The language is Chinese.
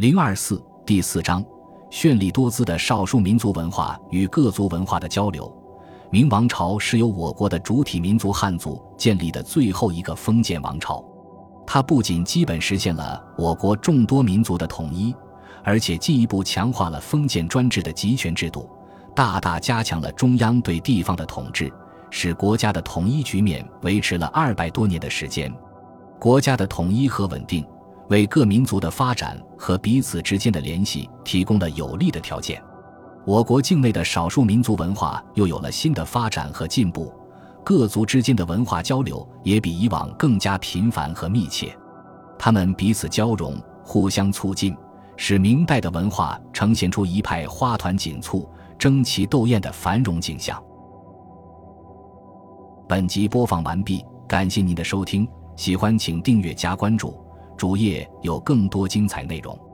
024第4章，绚丽多姿的少数民族文化与各族文化的交流。明王朝是由我国的主体民族汉族建立的最后一个封建王朝，它不仅基本实现了我国众多民族的统一，而且进一步强化了封建专制的集权制度，大大加强了中央对地方的统治，使国家的统一局面维持了200多年的时间。国家的统一和稳定为各民族的发展和彼此之间的联系提供了有利的条件。我国境内的少数民族文化又有了新的发展和进步，各族之间的文化交流也比以往更加频繁和密切，他们彼此交融，互相促进，使明代的文化呈现出一派花团锦簇、争奇斗艳的繁荣景象。本集播放完毕，感谢您的收听，喜欢请订阅加关注，主页有更多精彩内容。